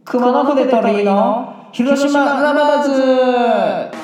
熊野筆鳥居の広島ラバーズ。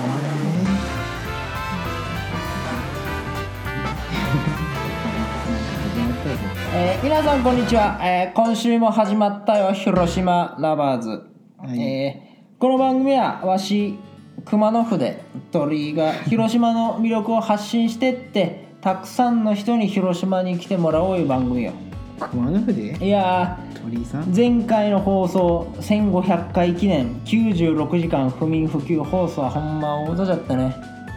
皆さんこんにちは、今週も始まったよ広島ラバーズ、はい。この番組はわし熊野筆鳥居が広島の魅力を発信してってたくさんの人に広島に来てもらおういう番組よ。 熊野筆？ いや鳥居さん、 前回の放送1500回記念96時間不眠不休放送はほんま大事だったね。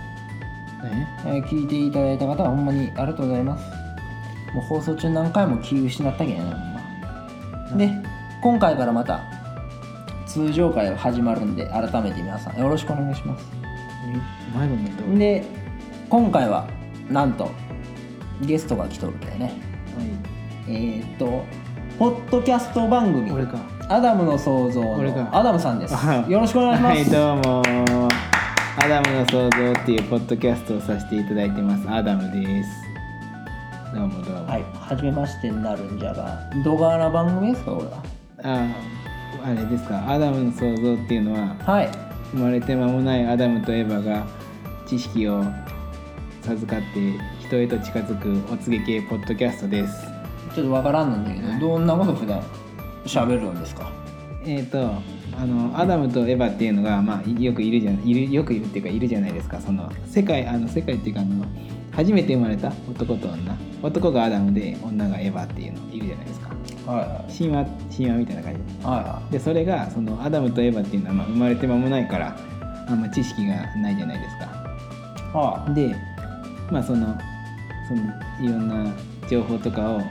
聞いていただいた方はほんまにありがとうございます。もう放送中何回も気を失ったけどね、ほんま。で、今回からまた通常回が始まるんで改めて皆さんよろしくお願いします。 前のとで、今回はなんとゲストが来とるんだよね。はい、ポッドキャスト番組俺かアダムの創造のアダムさんです。よろしくお願いします。 はい、どうもアダムの創造っていうポッドキャストをさせていただいてますアダムです。どうもどうも。 はい、初めましてになるんじゃが、どがな番組ですかこれは。 あれですか、アダムの創造っていうのは、 はい、 生まれて間もないアダムとエヴァが知識を授かって人へと近づくお告げ系ポッドキャストです。 ちょっとわからんのだけど、どんなこと普段喋るんですか？ アダムとエヴァっていうのが、まあ、よくいるっていうかいるじゃないですか。その世界っていうか初めて生まれた男と女、男がアダムで女がエヴァっていうのいるじゃないですか。はいはい、神話みたいな感じ、はいはい、でそれがそのアダムとエヴァっていうのは、まあ、生まれて間もないからあんま知識がないじゃないですか。はい、でまあそのいろんな情報とかを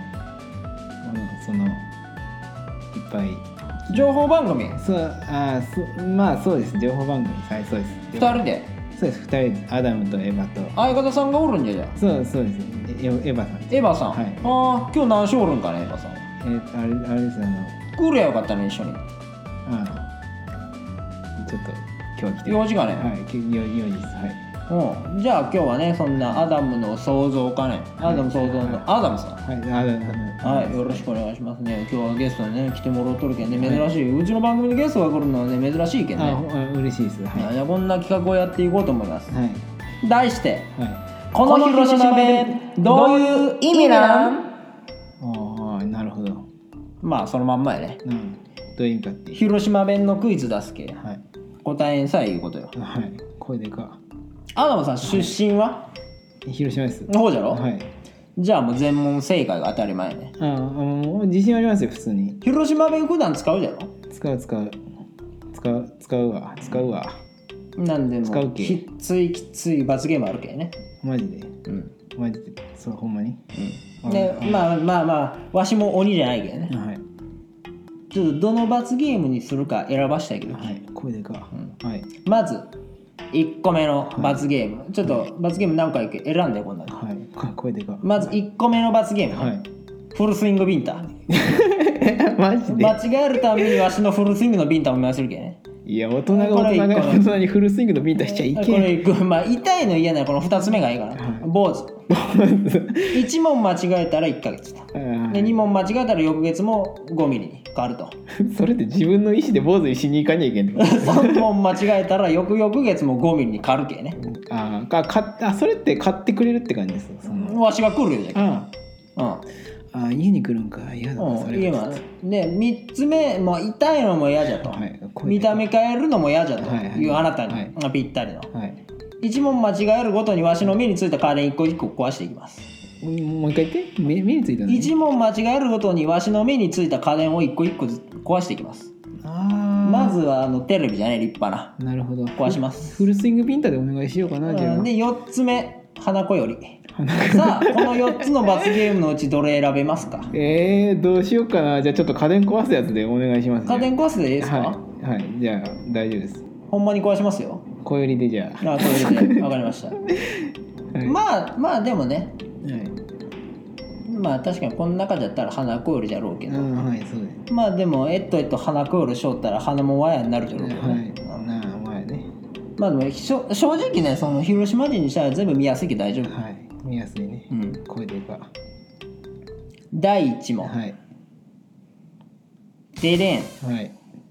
いっぱい情報番組。 まあそうです、情報番組。はい、そうです。 2人で。 そうです、2人でアダムとエヴァと相方さんがおるんじゃじゃ。 そうですエヴァさん。 エヴァさん、はい。今日何しおるんかねエヴァさんは。あれです来るやよかったね一緒に。 ちょっと今日は来て用事がね。 はい、用事です。はい。 じゃあ今日はねそんなアダムの創造かね、アダム創造のアダムさん、はい、よろしくお願いしますね。今日はゲストにね来てもらうとるけんね、珍しい、うちの番組にゲストが来るのはね珍しいけんね。 嬉しいです。はい。 じゃあこんな企画をやっていこうと思います。 はい。 題して、この広島弁どういう意味なん？ なるほど。 まあそのまんまやね。 どういう意味かっていう。 広島弁のクイズ出すけ。はい。答えんさえいうことよ。 はい。これでか。 アダムさん出身は？ 広島です。 そうじゃろ？ はい。じゃあもう全問正解が当たり前ね。 もう自信ありますよ普通に。 広島弁普段使うじゃろ？使うわ。 なんでもきつい罰ゲームあるけね。 マジで？マジで。そうほんまに？ でまあわしも鬼じゃないけどね。はい。ちょっとどの罰ゲームにするか選ばしたいけど。 はい。これでか。はい。 まず1個目の罰ゲーム、ちょっと罰ゲーム何回か選んでこんなの。はい。 これでか。 まず1個目の罰ゲームね。はい。フルスイングビンタ。 マジで？ 間違えるためにわしのフルスイングのビンタを見忘れるけね。 いや大人にフルスイングのビンタしちゃいけん。 これ、まあ、痛いの嫌ならこの2つ目がいいから、坊主。1問間違えたら1ヶ月と。で2問間違えたら翌月も5ミリに変わると。 それって自分の意思で坊主しに行かにゃいけんの 3問間違えたら翌々月も5ミリに変わるけね。 それって買ってくれるって感じです。 わしが来るよじゃん。家に来るんか嫌だなそれ。 で3つ目もう痛いのも嫌じゃと、見た目変えるのも嫌じゃというあなたにぴったりの、1問間違えるごとにわしの目についた家電一個一個壊していきます。 もう一回言って。目についたの 1問間違えるごとにわしの目についた家電を一個一個壊していきます。まずはテレビじゃね立派な。 なるほど。 壊します。 フルスイングビンタでお願いしようかな。じゃあで4つ目花子より。さあこの4つの罰ゲームのうちどれ選べますか？ どうしようかな。じゃあちょっと家電壊すやつでお願いします、ね。 家電壊すでいいですか？ はい、じゃあ大丈夫です。 ほんまに壊しますよ。 小よりでじゃあ。 小よりで分かりました。まあでもね、まあ確かにこの中だったら花子よりじゃろうけど、 はいそうです。 まあでも花子よりしょったら花もわやになるじゃろうけどね。まあでも正直ね、その広島人にしたら全部見やすいけど大丈夫。 はい、見やすいね。これでいいか。 第1問。でれん。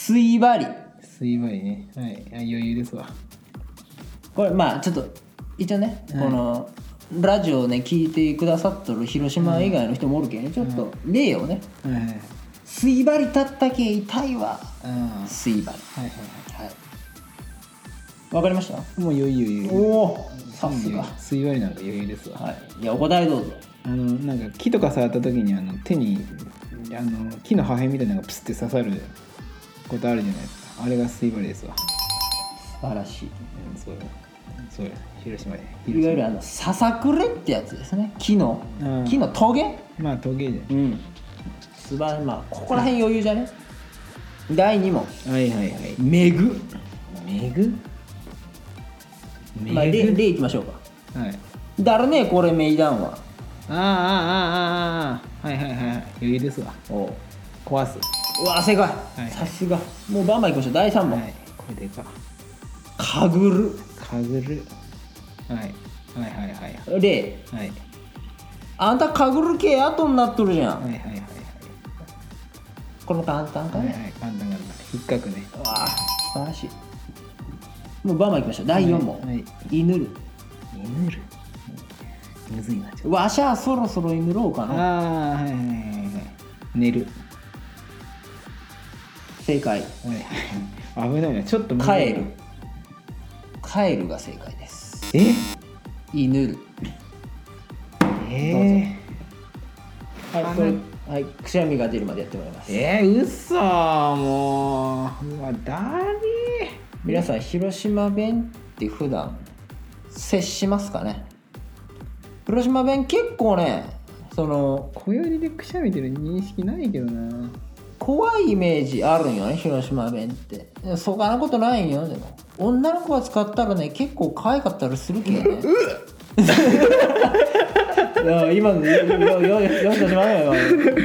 水張り。 水張りね。はい。余裕ですわ。 これまあちょっと一応ね、このラジオをね聞いてくださっとる広島以外の人もおるけんね、ちょっと例をね、 はいはい。 水張りたったけ痛いわ。水張り。 はいはいはい。わかりました？ もう余裕。 おお、さすが。 水割りなんか余裕ですわ。 はい。いやお答えどうぞ。 なんか木とか触った時に手に木の破片みたいなのがプスって刺さることあるじゃないですか。あれが水割りですわ。 素晴らしい。 そう広島で。 いわゆるささくれってやつですね。木のトゲ。 まあトゲで。 うん。素晴らしい。まあここら辺余裕じゃね。第2問。 はいはいはい。 めぐ。まあ例いきましょうか。はい。だるねこれめいだんは。 はいはいはい。余裕ですわ。壊す。 うわ正解。さすが。もうバンバンいきましょう。第3問。 これでか。 かぐる。 はい例。 はい。 あんたかぐる系後になっとるじゃん。 はい。 これも簡単かね。 はい簡単。引っかくね。 わあ素晴らしい。もうバンバンいきましょう。第4問。いぬる。 むずいなちょっと。 わしゃそろそろいぬろうかな。 はい寝る。 正解。 危ないなちょっと帰るが正解です。いぬる。はいこれはいくしゃみが出るまでやってもらいます。 うそもう。うわだり皆さん広島弁って普段接しますかね。広島弁結構ね小寄りでくしゃみてる認識ないけどな。 怖いイメージあるんよね広島弁って。そがなことないんよ。でも女の子が使ったらね結構可愛かったりするけどね。いや今のよしとしまうよ。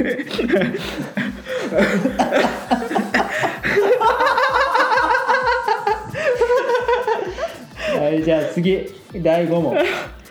はいじゃあ次第5問。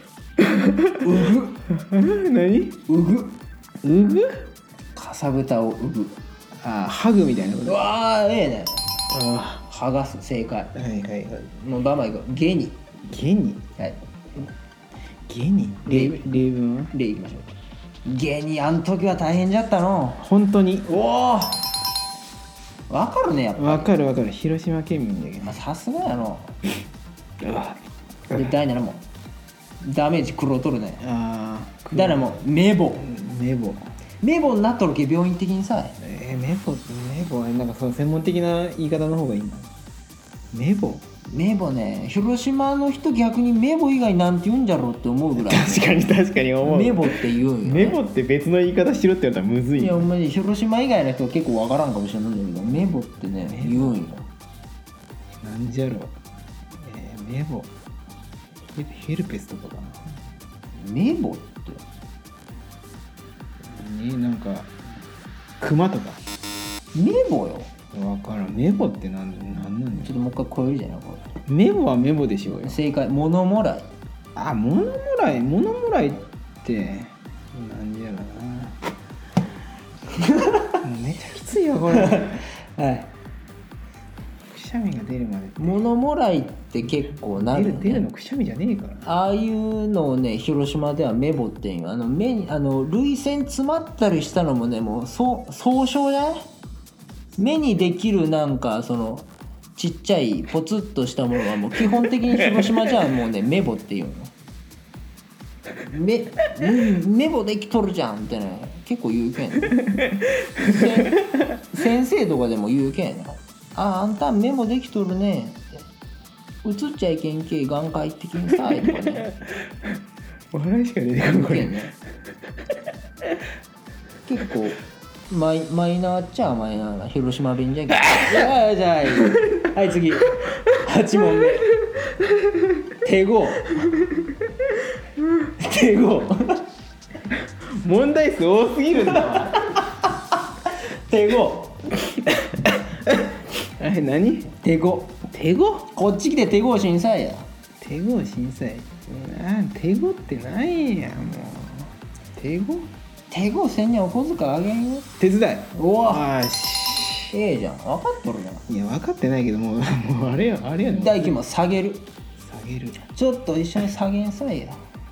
何？うぐ？ かさぶたをうぐ。 ハグみたいなこと。 うわーね。剥がす正解。 はいもうバンバンいこう。ゲニ。はい。 ゲニ。例文は？ 例いきましょう。ゲニあん時は大変じゃったの。 本当に。 おお。わかるねやっぱり。 わかる広島県民だけど。 さすがやの。で第7問。ダメージ黒取るね。第7問。メボになっとるけ病院的にさ。 メボはなんかその専門的な言い方の方がいいな。メボね広島の人逆にメボ以外なんて言うんじゃろうって思うぐらい。 確かに思う。 メボって言うんよ、ね。 メボって別の言い方しろって言われたらむずい。 いやお前広島以外の人は結構わからんかもしれないんだけどメボってね言うんよ。 なんじゃろう。メボヘルペスとかかな。 メボってなんかクマとか。 メボよ。 わからん。メボってなんなんだよ。 ちょっともう一回超えるじゃないこれ。 メボはメボでしょうよ。 正解。物もらい。 物もらいってなんじゃろな。もうめっちゃきついよこれ。はい。くしゃみが出るまで。 物もらいって結構なる、ね。 出るのくしゃみじゃねえから。 ああいうのをね広島ではメボっていう。目に涙腺詰まったりしたのもねもう総称じゃない？目にできるなんかちっちゃいポツッとしたものはもう基本的に広島じゃもうねメボっていうの。メボできとるじゃんってね結構言うけん、ね、先生とかでも言うけんね。あんたメボできとるねって。映っちゃいけんけ眼科行ってきんさいとかね。 笑いしか出てこない。 ね、結構マイナーっちゃマイナーな広島弁じゃけど。じゃあはい次8問目。手語問題数多すぎるんだわ。 手語何？手語こっち来て手語審査や。 手語審査手語ってないやもう。手語せんにゃお小遣いあげんよ。 手伝い。 おわよしじゃん分かっとるじゃん。 いや分かってないけどもうあれやねん。 大輝も下げる。 下げる。 ちょっと一緒に下げんさいよ。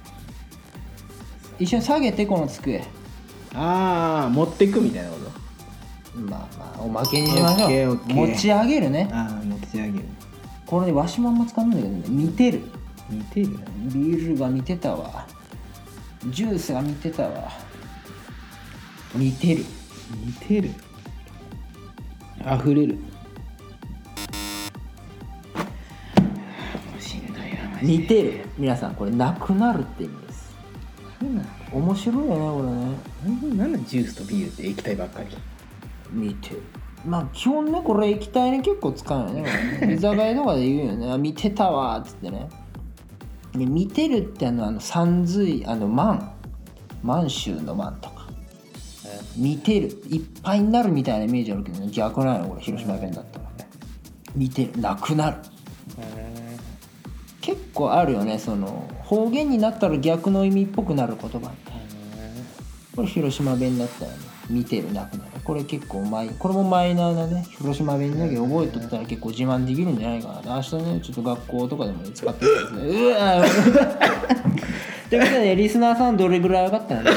一緒に下げてこの机。 ああ持ってくみたいなこと。 まあおまけにしましょう。 オッケーオッケー持ち上げるね。 ああ持ち上げる。 これでわしもあんま使うんだけどね、見てる。 似てる。 ビールが見てたわ。ジュースが見てたわ。見てる。 似てる。溢れる。しんどいなマジで。 似てる。皆さんこれなくなるって意味です。面白いよねこれね。 なんだジュースとビールって液体ばっかり。 見てる。まあ基本ねこれ液体に結構使うよね。居酒屋とかで言うよね。あ見てたわっつってね。で見てるって三髄満州の満とか。見てるいっぱいになるみたいなイメージあるけどね、逆なのこれ広島弁だったら。見てるなくなる。結構あるよね、その方言になったら逆の意味っぽくなる言葉みたいな。これ広島弁だったらね、見てるなくなる。これ結構これもマイナーなね広島弁だけど覚えとったら結構自慢できるんじゃないかな。明日ねちょっと学校とかでも、ね、使ってみたいですね。うわということでリスナーさんどれぐらい分かったのね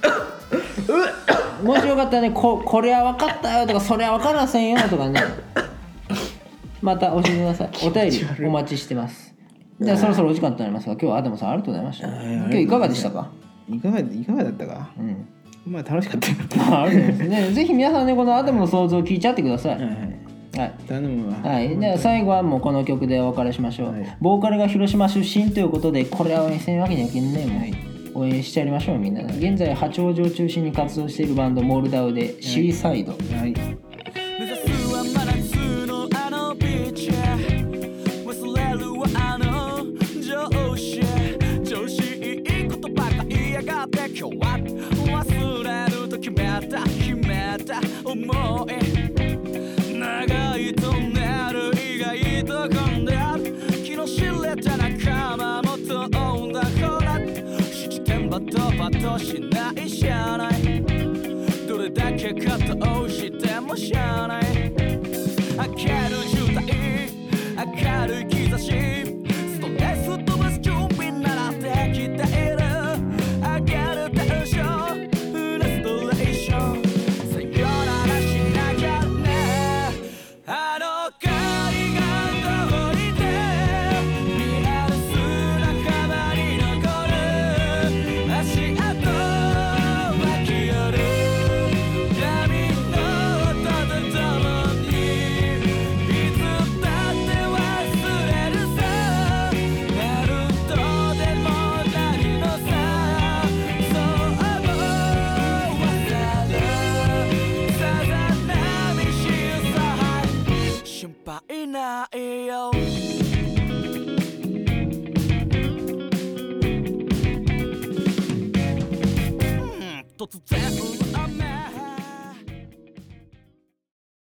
もしよかったらね これは分かったよとかそれは分からせんよとかねまた教えてください。お便りお待ちしてます。じゃあそろそろお時間となりますが、今日はアダムさんありがとうございました。今日いかがでしたか？ いかがだったか。まあ楽しかったよ。 あるんですね。ぜひ皆さんねこのアダムの想像を聞いちゃってください。はい、 頼むわ。 はい、では最後はもうこの曲でお別れしましょう。 はい、 ボーカルが広島出身ということでこれは応援せんわけにはいけんね。もう応援してやりましょうみんな。現在八王子を中心に活動しているバンドモルダウでシーサイド。 はい。 目指すは真夏のあのビーチ、忘れるはあの上司いいことばか言いやがって今日は忘れると決めた思い、長いトンネル意外と混んで昨日知れた仲間も飛んだほら七点バトしないしゃあない、どれだけ肩をしてもしゃあない、明るい渋滞明るい兆しストレス飛ばす準備ならできている、上げるテンションレストレーションさよならしなきゃね、あの海岸通りで見える砂浜に残る足跡湧き寄る波の音とともにいつだって忘れるさ、なるとでもないのさ、そう思わせるさざ波しさ心配ないよ、突然